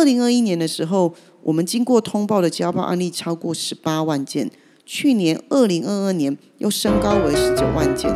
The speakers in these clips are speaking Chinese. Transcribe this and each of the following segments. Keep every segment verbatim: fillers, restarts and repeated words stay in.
二零二一年的时候，我们经过通报的家暴案例超过十八万件，去年二零二二年又升高为十九万件。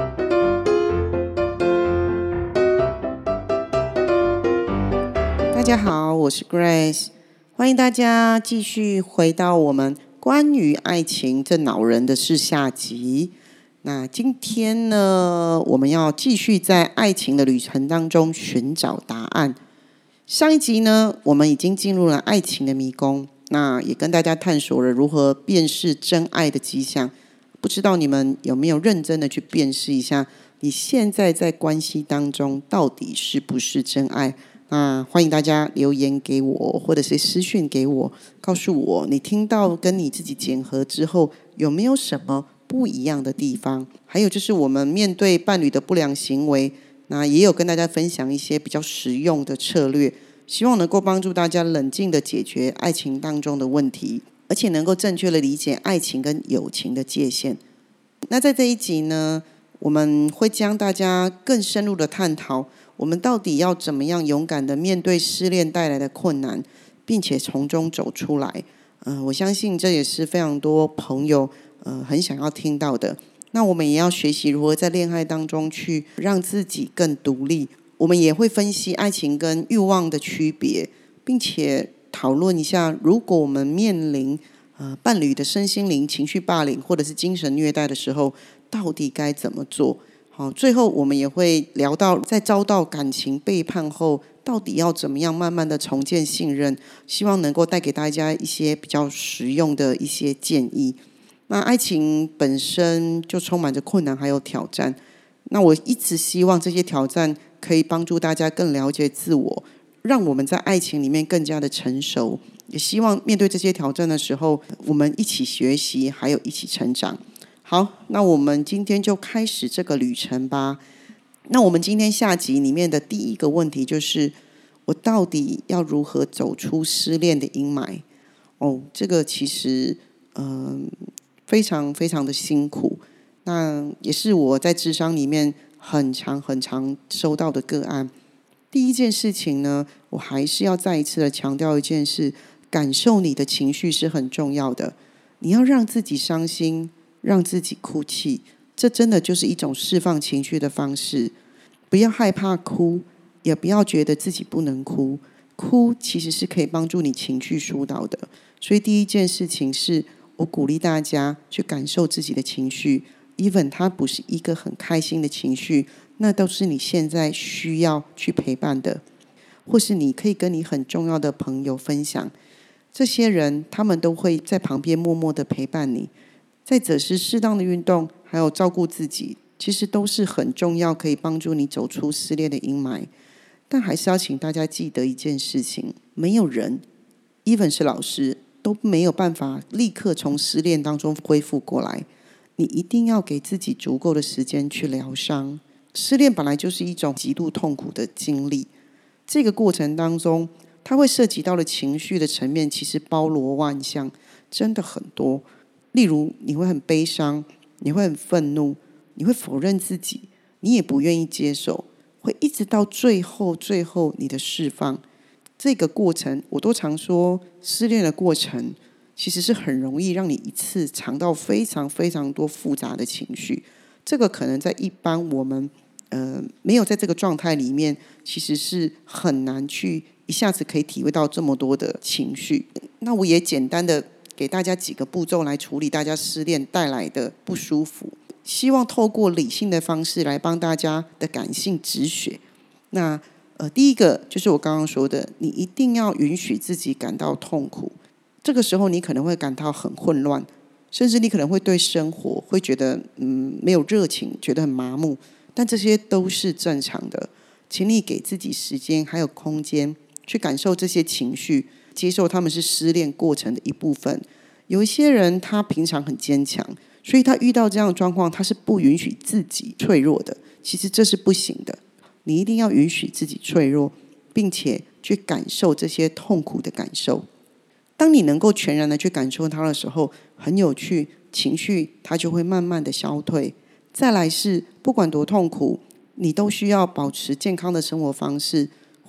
大家好，我是 Grace， 欢迎大家继续回到我们关于爱情这恼人的事下集。那今天呢，我们要继续在爱情的旅程当中寻找答案。上一集呢，我们已经进入了爱情的迷宫，那也跟大家探索了如何辨识真爱的迹象。不知道你们有没有认真的去辨识一下，你现在在关系当中到底是不是真爱？那欢迎大家留言给我，或者是私讯给我，告诉我你听到跟你自己检核之后有没有什么不一样的地方。还有就是我们面对伴侣的不良行为，那也有跟大家分享一些比较实用的策略，希望能够帮助大家冷静的解决爱情当中的问题，而且能够正确的理解爱情跟友情的界限。那在这一集呢，我们会将大家更深入的探讨，我们到底要怎么样勇敢的面对失恋带来的困难，并且从中走出来。呃、我相信这也是非常多朋友呃很想要听到的。那我们也要学习如何在恋爱当中去让自己更独立。我们也会分析爱情跟欲望的区别，并且讨论一下，如果我们面临呃伴侣的身心灵情绪霸凌或者是精神虐待的时候，到底该怎么做。好，最后我们也会聊到在遭到感情背叛后，到底要怎么样慢慢的重建信任，希望能够带给大家一些比较实用的一些建议。那爱情本身就充满着困难还有挑战，那我一直希望这些挑战可以帮助大家更了解自我，让我们在爱情里面更加的成熟，也希望面对这些挑战的时候，我们一起学习还有一起成长。好，那我们今天就开始这个旅程吧。那我们今天下集里面的第一个问题就是，我到底要如何走出失恋的阴霾？哦，这个其实嗯、呃、非常非常的辛苦，那也是我在諮商里面很常很常收到的个案。第一件事情呢，我还是要再一次的强调一件事，感受你的情绪是很重要的。你要让自己伤心，让自己哭泣，这真的就是一种释放情绪的方式。不要害怕哭，也不要觉得自己不能哭，哭其实是可以帮助你情绪疏导的。所以第一件事情是，我鼓励大家去感受自己的情绪， even 它不是一个很开心的情绪，那都是你现在需要去陪伴的，或是你可以跟你很重要的朋友分享，这些人他们都会在旁边默默的陪伴你。再者是适当的运动，还有照顾自己，其实都是很重要，可以帮助你走出失恋的阴霾。但还是要请大家记得一件事情，没有人 even 是老师都没有办法立刻从失恋当中恢复过来，你一定要给自己足够的时间去疗伤。失恋本来就是一种极度痛苦的经历，这个过程当中它会涉及到的情绪的层面其实包罗万象，真的很多。例如你会很悲伤，你会很愤怒，你会否认自己，你也不愿意接受，会一直到最后最后你的释放。这个过程我都常说，失恋的过程其实是很容易让你一次尝到非常非常多复杂的情绪。这个可能在一般我们呃没有在这个状态里面，其实是很难去一下子可以体会到这么多的情绪。那我也简单的给大家几个步骤来处理大家失恋带来的不舒服，希望透过理性的方式来帮大家的感性止血。那呃，第一个就是我刚刚说的，你一定要允许自己感到痛苦。这个时候你可能会感到很混乱，甚至你可能会对生活会觉得嗯没有热情，觉得很麻木，但这些都是正常的。请你给自己时间还有空间去感受这些情绪，接受他们是失恋过程的一部分。有一些人他平常很坚强，所以他遇到这样的状况他是不允许自己脆弱的，其实这是不行的。你一定要允许自己脆弱，并且去感受这些痛苦的感受。当你能够全然的去感受它的时候，很有趣，情绪它就会慢慢的消退。再来是不管多痛苦，你都需要保持健康的生活方式，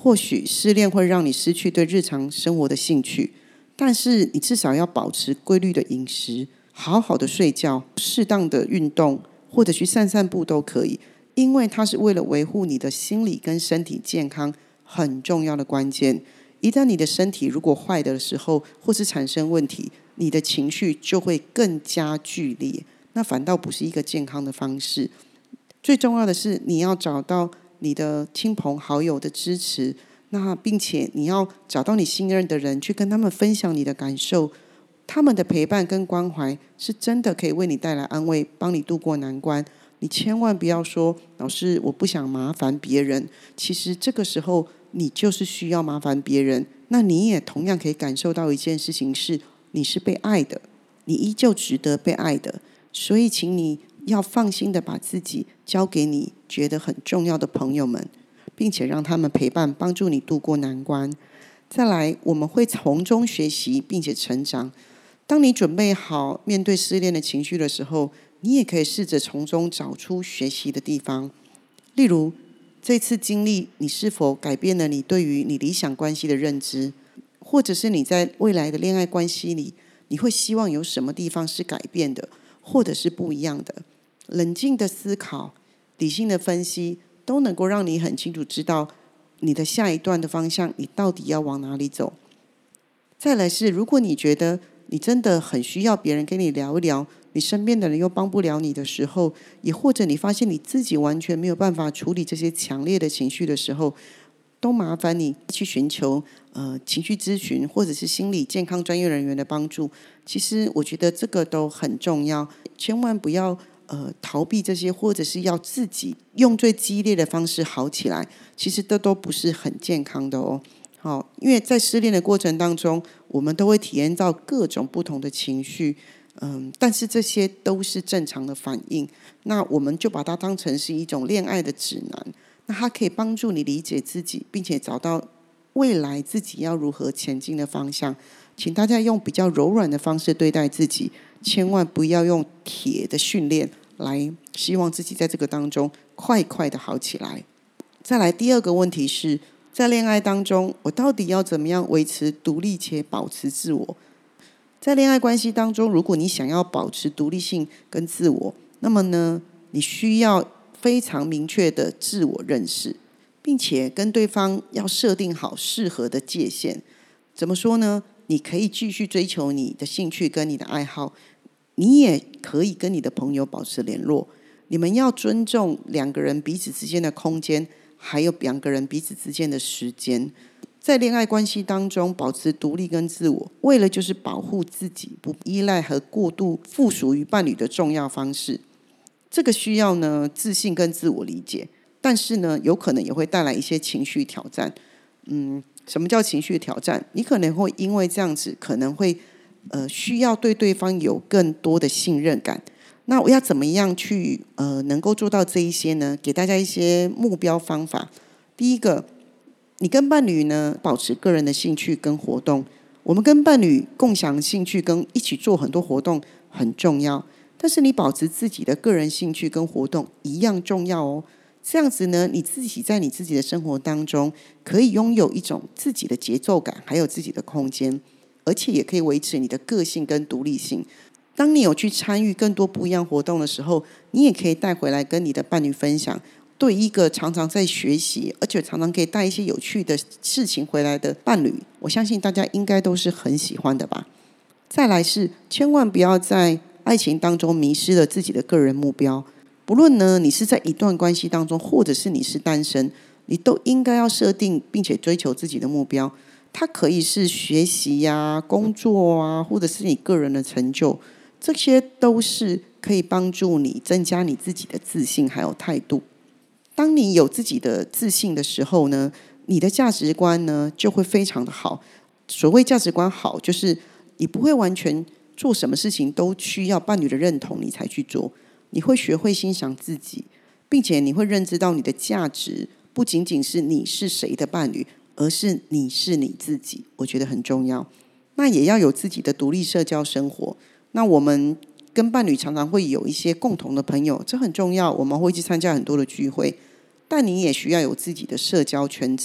或许失恋会让你失去对日常生活的兴趣，但是你至少要保持规律的饮食，好好的睡觉，适当的运动，或者去散散步都可以，因为它是为了维护你的心理跟身体健康很重要的关键。一旦你的身体如果坏的时候，或是产生问题，你的情绪就会更加剧烈，那反倒不是一个健康的方式。最重要的是你要找到你的亲朋好友的支持，那并且你要找到你信任的人去跟他们分享你的感受，他们的陪伴跟关怀是真的可以为你带来安慰，帮你度过难关。你千万不要说老师我不想麻烦别人，其实这个时候你就是需要麻烦别人，那你也同样可以感受到一件事情是你是被爱的，你依旧值得被爱的。所以请你要放心的把自己交给你觉得很重要的朋友们，并且让他们陪伴帮助你度过难关。再来，我们会从中学习并且成长。当你准备好面对失恋的情绪的时候，你也可以试着从中找出学习的地方。例如，这次经历你是否改变了你对于你理想关系的认知，或者是你在未来的恋爱关系里，你会希望有什么地方是改变的，或者是不一样的。冷静的思考，理性的分析，都能够让你很清楚知道你的下一段的方向，你到底要往哪里走。再来是，如果你觉得你真的很需要别人跟你聊一聊，你身边的人又帮不了你的时候，也或者你发现你自己完全没有办法处理这些强烈的情绪的时候，都麻烦你去寻求呃情绪咨询或者是心理健康专业人员的帮助。其实我觉得这个都很重要，千万不要呃逃避这些，或者是要自己用最激烈的方式好起来，其实这都不是很健康的哦。好，因为在失恋的过程当中，我们都会体验到各种不同的情绪，嗯，但是这些都是正常的反应。那我们就把它当成是一种恋爱的指南，那它可以帮助你理解自己，并且找到未来自己要如何前进的方向。请大家用比较柔软的方式对待自己，千万不要用铁的训练来希望自己在这个当中快快的好起来。再来第二个问题是，在恋爱当中，我到底要怎么样维持独立且保持自我？在恋爱关系当中，如果你想要保持独立性跟自我，那么呢，你需要非常明确的自我认识，并且跟对方要设定好适合的界限。怎么说呢？你可以继续追求你的兴趣跟你的爱好，你也可以跟你的朋友保持联络。你们要尊重两个人彼此之间的空间，还有两个人彼此之间的时间。在恋爱关系当中保持独立跟自我，为了就是保护自己不依赖和过度附属于伴侣的重要方式。这个需要呢自信跟自我理解，但是呢有可能也会带来一些情绪挑战。嗯，什么叫情绪挑战？你可能会因为这样子可能会呃需要对对方有更多的信任感。那我要怎么样去呃能够做到这一些呢？给大家一些目标方法。第一个，你跟伴侣呢保持个人的兴趣跟活动。我们跟伴侣共享兴趣跟一起做很多活动很重要，但是你保持自己的个人兴趣跟活动一样重要哦。这样子呢，你自己在你自己的生活当中可以拥有一种自己的节奏感，还有自己的空间，而且也可以维持你的个性跟独立性。当你有去参与更多不一样活动的时候，你也可以带回来跟你的伴侣分享。对一个常常在学习，而且常常可以带一些有趣的事情回来的伴侣，我相信大家应该都是很喜欢的吧。再来是，千万不要在爱情当中迷失了自己的个人目标。不论呢你是在一段关系当中，或者是你是单身，你都应该要设定并且追求自己的目标。它可以是学习呀、工作啊，或者是你个人的成就，这些都是可以帮助你增加你自己的自信还有态度。当你有自己的自信的时候呢，你的价值观呢就会非常的好。所谓价值观好，就是你不会完全做什么事情都需要伴侣的认同你才去做，你会学会欣赏自己，并且你会认知到你的价值不仅仅是你是谁的伴侣，而是你是你自己，我觉得很重要。那也要有自己的独立社交生活。那我们跟伴侣常常会有一些共同的朋友，这很重要，我们会去参加很多的聚会，但你也需要有自己的社交圈子。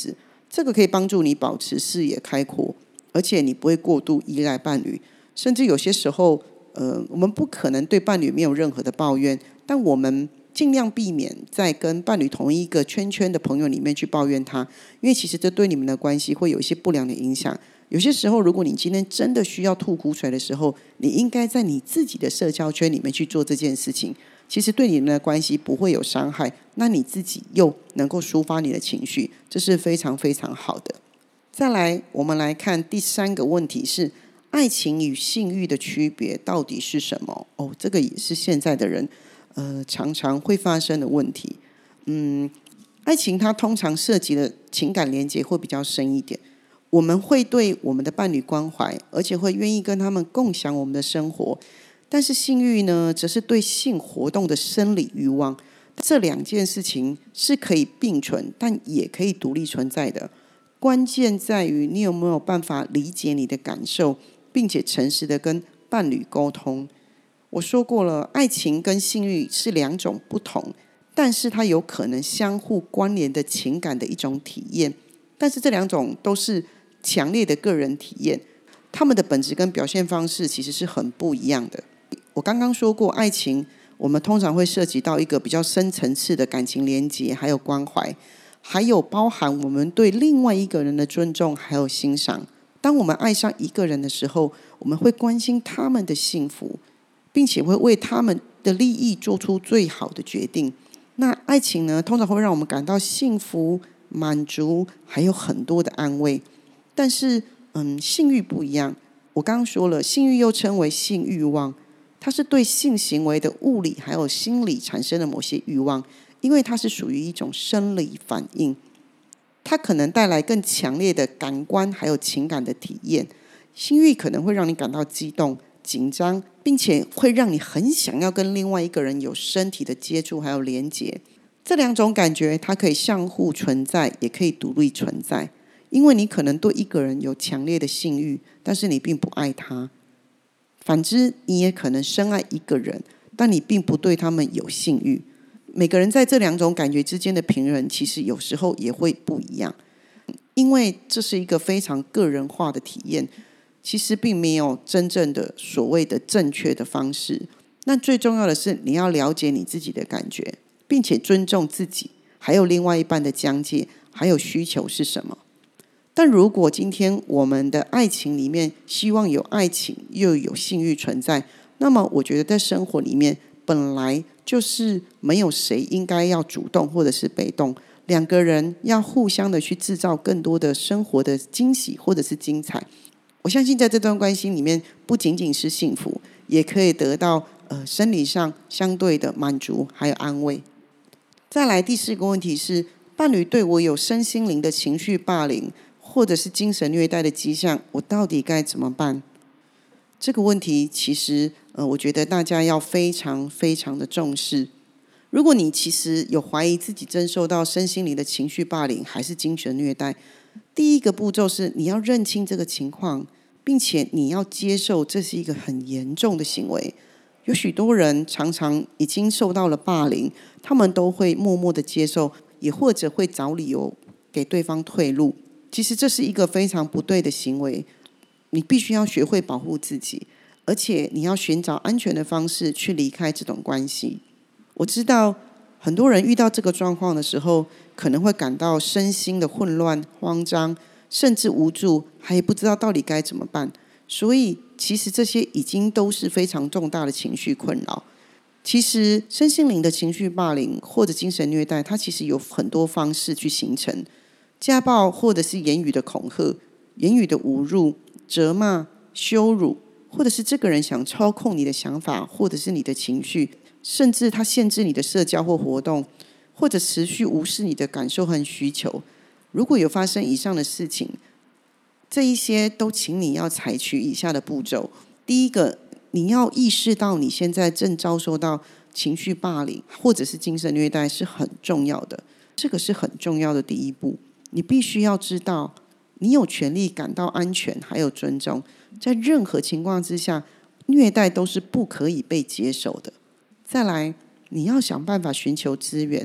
这个可以帮助你保持视野开阔，而且你不会过度依赖伴侣。甚至有些时候呃，我们不可能对伴侣没有任何的抱怨，但我们尽量避免在跟伴侣同一个圈圈的朋友里面去抱怨他，因为其实这对你们的关系会有一些不良的影响。有些时候如果你今天真的需要吐苦水的时候，你应该在你自己的社交圈里面去做这件事情，其实对你们的关系不会有伤害，那你自己又能够抒发你的情绪，这是非常非常好的。再来，我们来看第三个问题是，爱情与性欲的区别到底是什么？哦，这个也是现在的人呃常常会发生的问题。嗯，爱情它通常涉及的情感连结会比较深一点，我们会对我们的伴侣关怀，而且会愿意跟他们共享我们的生活。但是性欲呢，则是对性活动的生理欲望。这两件事情是可以并存，但也可以独立存在的。关键在于你有没有办法理解你的感受，并且诚实的跟伴侣沟通。我说过了，爱情跟性欲是两种不同，但是它有可能相互关联的情感的一种体验。但是这两种都是强烈的个人体验，他们的本质跟表现方式其实是很不一样的。我刚刚说过，爱情我们通常会涉及到一个比较深层次的感情连结，还有关怀，还有包含我们对另外一个人的尊重还有欣赏。当我们爱上一个人的时候，我们会关心他们的幸福，并且会为他们的利益做出最好的决定。那爱情呢，通常会让我们感到幸福、满足，还有很多的安慰。但是嗯，性欲不一样，我刚刚说了，性欲又称为性欲望，它是对性行为的物理还有心理产生的某些欲望，因为它是属于一种生理反应，它可能带来更强烈的感官还有情感的体验。性欲可能会让你感到激动、紧张，并且会让你很想要跟另外一个人有身体的接触还有连结。这两种感觉它可以相互存在，也可以独立存在。因为你可能对一个人有强烈的性欲，但是你并不爱他。反之，你也可能深爱一个人，但你并不对他们有性欲。每个人在这两种感觉之间的平衡，其实有时候也会不一样，因为这是一个非常个人化的体验，其实并没有真正的所谓的正确的方式。那最重要的是，你要了解你自己的感觉，并且尊重自己，还有另外一半的疆界，还有需求是什么。但如果今天我们的爱情里面希望有爱情又有性欲存在，那么我觉得在生活里面本来就是没有谁应该要主动或者是被动，两个人要互相的去制造更多的生活的惊喜或者是精彩。我相信在这段关系里面，不仅仅是幸福，也可以得到呃生理上相对的满足还有安慰。再来第四个问题是，伴侣对我有身心灵的情绪霸凌或者是精神虐待的迹象，我到底该怎么办？这个问题其实呃，我觉得大家要非常非常的重视。如果你其实有怀疑自己真受到身心灵的情绪霸凌还是精神虐待，第一个步骤是你要认清这个情况，并且你要接受这是一个很严重的行为。有许多人常常已经受到了霸凌，他们都会默默的接受，也或者会找理由给对方退路。其实这是一个非常不对的行为，你必须要学会保护自己，而且你要寻找安全的方式去离开这种关系。我知道很多人遇到这个状况的时候，可能会感到身心的混乱、慌张，甚至无助，还不知道到底该怎么办。所以其实这些已经都是非常重大的情绪困扰。其实身心灵的情绪霸凌或者精神虐待，它其实有很多方式去形成。家暴或者是言语的恐吓、言语的侮辱、责骂、羞辱，或者是这个人想操控你的想法或者是你的情绪，甚至他限制你的社交或活动，或者持续无视你的感受和需求。如果有发生以上的事情，这一些都请你要采取以下的步骤。第一个，你要意识到你现在正遭受到情绪霸凌或者是精神虐待是很重要的，这个是很重要的第一步。你必须要知道，你有权利感到安全还有尊重，在任何情况之下，虐待都是不可以被接受的。再来，你要想办法寻求资源，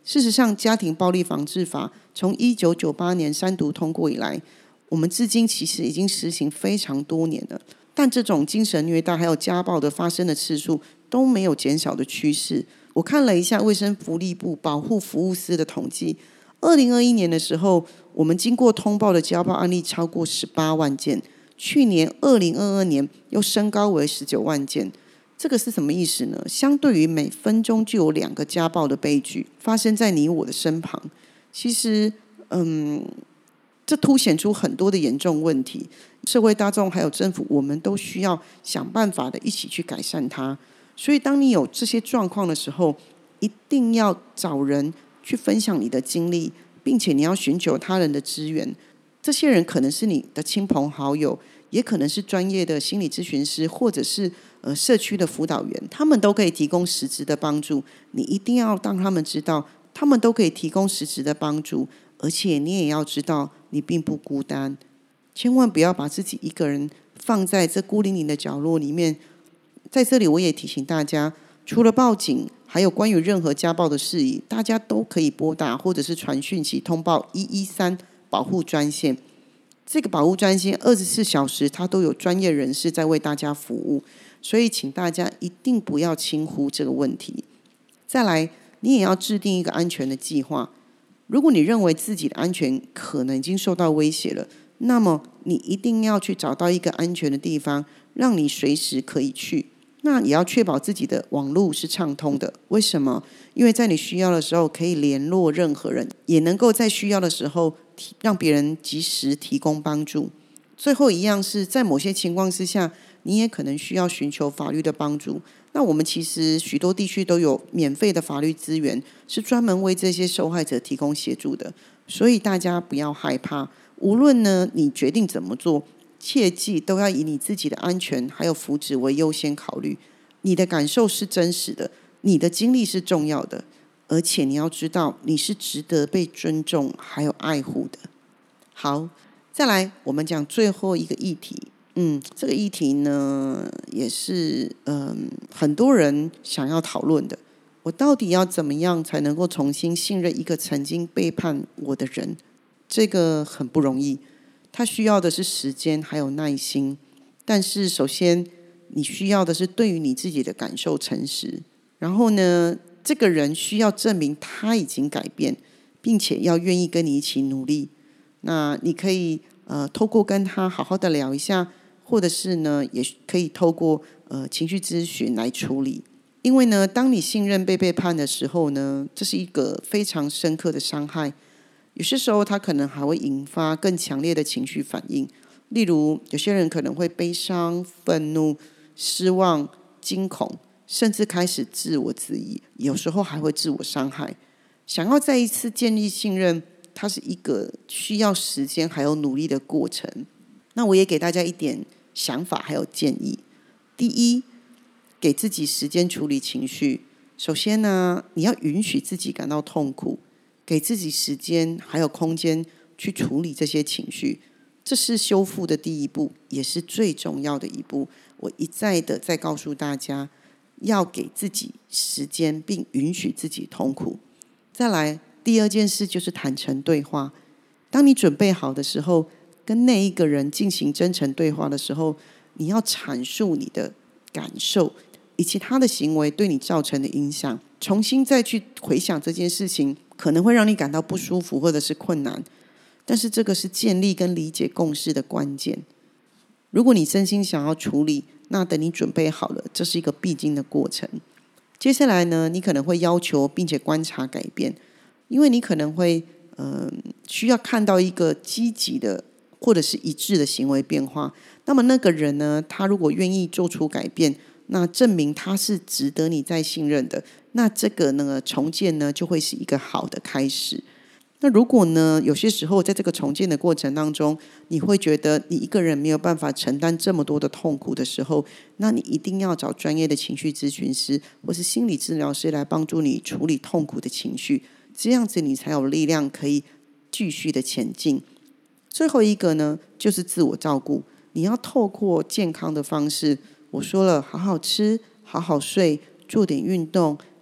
事实上，家庭暴力防治法从一九九八年三读通过以来，我们至今其实已经实行非常多年了，但这种精神虐待还有家暴的发生的次数都没有减少的趋势。我看了一下卫生福利部保护服务司的统计，二零二一年的时候，我们经过通报的家暴案例超过十八万件，去年二零二二年又升高为十九万件。这个是什么意思呢？相对于每分钟就有两个家暴的悲剧发生在你我的身旁，其实嗯，这凸显出很多的严重问题，社会大众还有政府，我们都需要想办法的一起去改善它。所以当你有这些状况的时候，一定要找人去分享你的经历，并且你要寻求他人的资源。这些人可能是你的亲朋好友，也可能是专业的心理咨询师，或者是呃社区的辅导员，他们都可以提供实质的帮助。你一定要让他们知道，他们都可以提供实质的帮助，而且你也要知道你并不孤单。千万不要把自己一个人放在这孤零零的角落里面。在这里我也提醒大家，除了报警，还有关于任何家暴的事宜，大家都可以拨打或者是传讯息通报一一三保护专线。这个保护专线二十四小时它都有专业人士在为大家服务，所以请大家一定不要轻忽这个问题。再来，你也要制定一个安全的计划。如果你认为自己的安全可能已经受到威胁了，那么你一定要去找到一个安全的地方，让你随时可以去。那也要确保自己的网络是畅通的。为什么？因为在你需要的时候可以联络任何人，也能够在需要的时候让别人及时提供帮助。最后一样是在某些情况之下，你也可能需要寻求法律的帮助。那我们其实许多地区都有免费的法律资源，是专门为这些受害者提供协助的。所以大家不要害怕，无论呢你决定怎么做，切记都要以你自己的安全还有福祉为优先考虑。你的感受是真实的，你的经历是重要的，而且你要知道你是值得被尊重还有爱护的。好，再来我们讲最后一个议题。嗯，这个议题呢也是嗯很多人想要讨论的。我到底要怎么样才能够重新信任一个曾经背叛我的人？这个很不容易，他需要的是时间还有耐心。但是首先你需要的是对于你自己的感受诚实，然后呢这个人需要证明他已经改变，并且要愿意跟你一起努力。那你可以呃透过跟他好好的聊一下，或者是呢也可以透过呃情绪咨询来处理。因为呢当你信任被背叛的时候呢，这是一个非常深刻的伤害。有些时候它可能还会引发更强烈的情绪反应，例如有些人可能会悲伤、愤怒、失望、惊恐，甚至开始自我质疑，有时候还会自我伤害。想要再一次建立信任，它是一个需要时间还有努力的过程。那我也给大家一点想法还有建议。第一，给自己时间处理情绪。首先呢，你要允许自己感到痛苦，给自己时间还有空间去处理这些情绪，这是修复的第一步，也是最重要的一步。我一再的在告诉大家，要给自己时间，并允许自己痛苦。再来，第二件事就是坦诚对话。当你准备好的时候，跟那一个人进行真诚对话的时候，你要阐述你的感受，以及他的行为对你造成的影响，重新再去回想这件事情，可能会让你感到不舒服或者是困难，但是这个是建立跟理解共识的关键。如果你真心想要处理，那等你准备好了，这是一个必经的过程。接下来呢，你可能会要求并且观察改变，因为你可能会、呃、需要看到一个积极的或者是一致的行为变化。那么那个人呢，他如果愿意做出改变，那证明他是值得你再信任的，那这个呢重建呢就会是一个好的开始。那如果呢有些时候在这个重建的过程当中，你会觉得你一个人没有办法承担这么多的痛苦的时候，那你一定要找专业的情绪咨询师或是心理治疗师来帮助你处理痛苦的情绪，这样子你才有力量可以继续的前进。最后一个呢就是自我照顾，你要透过健康的方式，我说了，好好吃，好好睡，做点运动，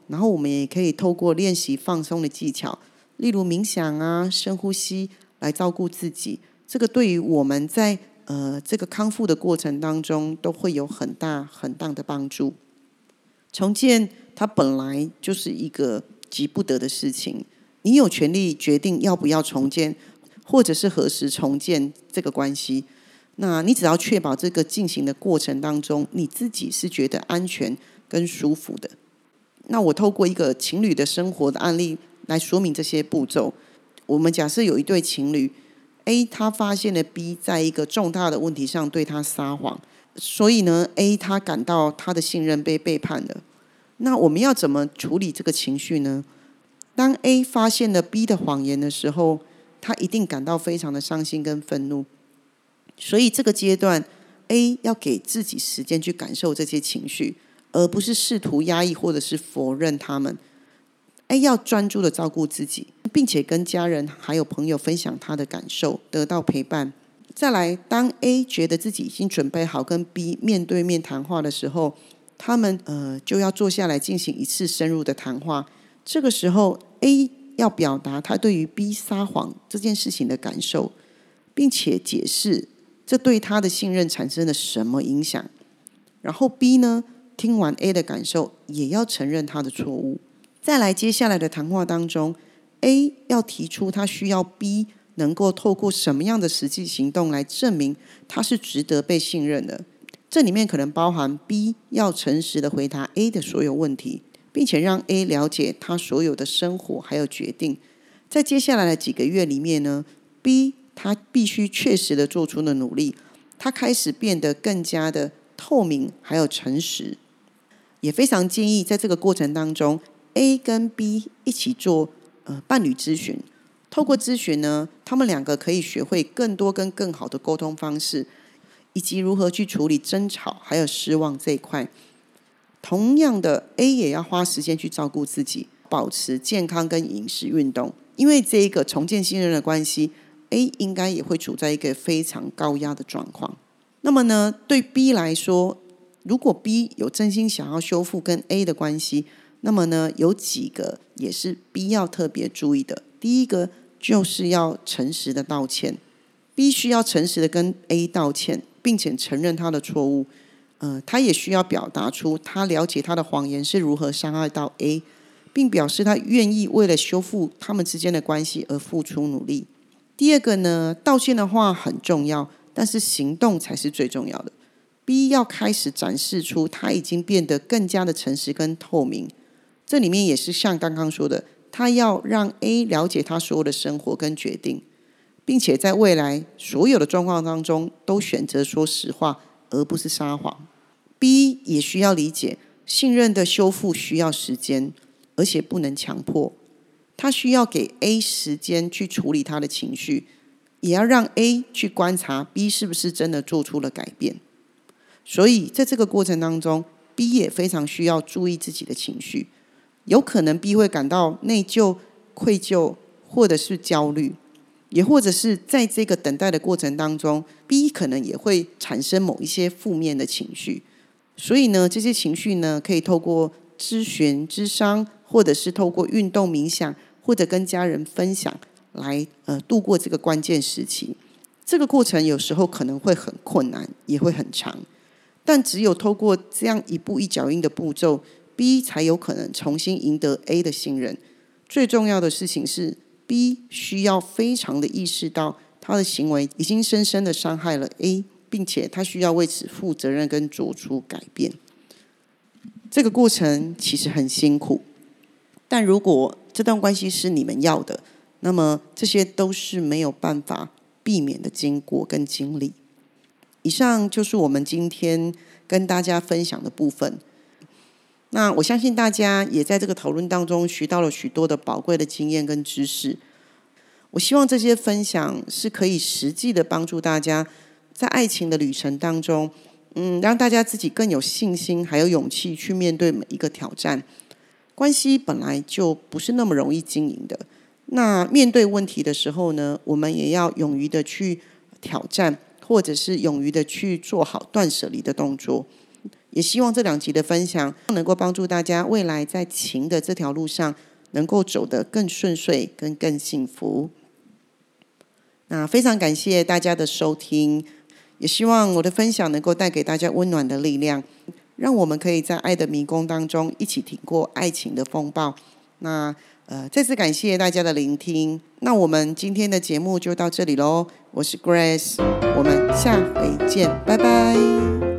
然后我们也可以透过练习放松的技巧，例如冥想啊、深呼吸来照顾自己。这个对于我们在呃这个康复的过程当中都会有很大很大的帮助。重建它本来就是一个急不得的事情，你有权利决定要不要重建，或者是何时重建这个关系。那你只要确保这个进行的过程当中，你自己是觉得安全跟舒服的。那我透过一个情侣的生活的案例来说明这些步骤。我们假设有一对情侣 A 他发现了 B 在一个重大的问题上对他撒谎，所以呢 A 他感到他的信任被背叛了。那我们要怎么处理这个情绪呢？当 A 发现了 B 的谎言的时候，他一定感到非常的伤心跟愤怒。所以这个阶段 A 要给自己时间去感受这些情绪，而不是试图压抑或者是否认他们。A 要专注的照顾自己，并且跟家人还有朋友分享他的感受，得到陪伴。再来，当 A 觉得自己已经准备好跟 B 面对面谈话的时候，他们呃就要坐下来进行一次深入的谈话。这个时候 A 要表达他对于 B 撒谎这件事情的感受，并且解释这对他的信任产生了什么影响。然后 B 呢，听完 A 的感受，也要承认他的错误。再来，接下来的谈话当中 A 要提出他需要 B 能够透过什么样的实际行动来证明他是值得被信任的。这里面可能包含 B 要诚实的回答 A 的所有问题，并且让 A 了解他所有的生活还有决定。在接下来的几个月里面呢， B 他必须确实的做出了努力，他开始变得更加的透明还有诚实。也非常建议在这个过程当中A 跟 B 一起做呃伴侣咨询。透过咨询呢，他们两个可以学会更多跟更好的沟通方式，以及如何去处理争吵还有失望这一块。同样的 A 也要花时间去照顾自己，保持健康跟饮食运动。因为这一个重建信任的关系， A 应该也会处在一个非常高压的状况。那么呢，对 B 来说，如果 B 有真心想要修复跟 A 的关系，那么呢，有几个也是 B 要特别注意的。第一个就是要诚实的道歉。 B 需要诚实的跟 A 道歉，并且承认他的错误。呃，他也需要表达出他了解他的谎言是如何伤害到 A， 并表示他愿意为了修复他们之间的关系而付出努力。第二个呢，道歉的话很重要，但是行动才是最重要的。 B 要开始展示出他已经变得更加的诚实跟透明。这里面也是像刚刚说的，他要让 A 了解他所有的生活跟决定，并且在未来所有的状况当中都选择说实话，而不是撒谎。 B 也需要理解，信任的修复需要时间，而且不能强迫。他需要给 A 时间去处理他的情绪，也要让 A 去观察 B 是不是真的做出了改变。所以在这个过程当中， B 也非常需要注意自己的情绪。有可能 B 会感到内疚、愧疚，或者是焦虑，也或者是在这个等待的过程当中， B 可能也会产生某一些负面的情绪。所以呢，这些情绪呢，可以透过咨询、咨商，或者是透过运动、冥想，或者跟家人分享来呃度过这个关键时期。这个过程有时候可能会很困难，也会很长，但只有透过这样一步一脚印的步骤， B 才有可能重新赢得 A 的信任。最重要的事情是 B 需要非常的意识到他的行为已经深深的伤害了 A， 并且他需要为此负责任跟做出改变。这个过程其实很辛苦，但如果这段关系是你们要的，那么这些都是没有办法避免的经过跟经历。以上就是我们今天跟大家分享的部分。那我相信大家也在这个讨论当中学到了许多的宝贵的经验跟知识。我希望这些分享是可以实际的帮助大家在爱情的旅程当中，嗯，让大家自己更有信心还有勇气去面对每一个挑战。关系本来就不是那么容易经营的，那面对问题的时候呢，我们也要勇于的去挑战，或者是勇于的去做好断舍离的动作。 也希望这两集的分享能够帮助大家未来在情的这条路上能够走得更顺遂跟更幸福。那非常感谢大家的收听，也希望我的分享能够带给大家温暖的力量，让我们可以在爱的迷宫当中一起挺过爱情的风暴。那呃，再次感谢大家的聆听，那我们今天的节目就到这里咯，我是 Grace， 我们下回见，拜拜。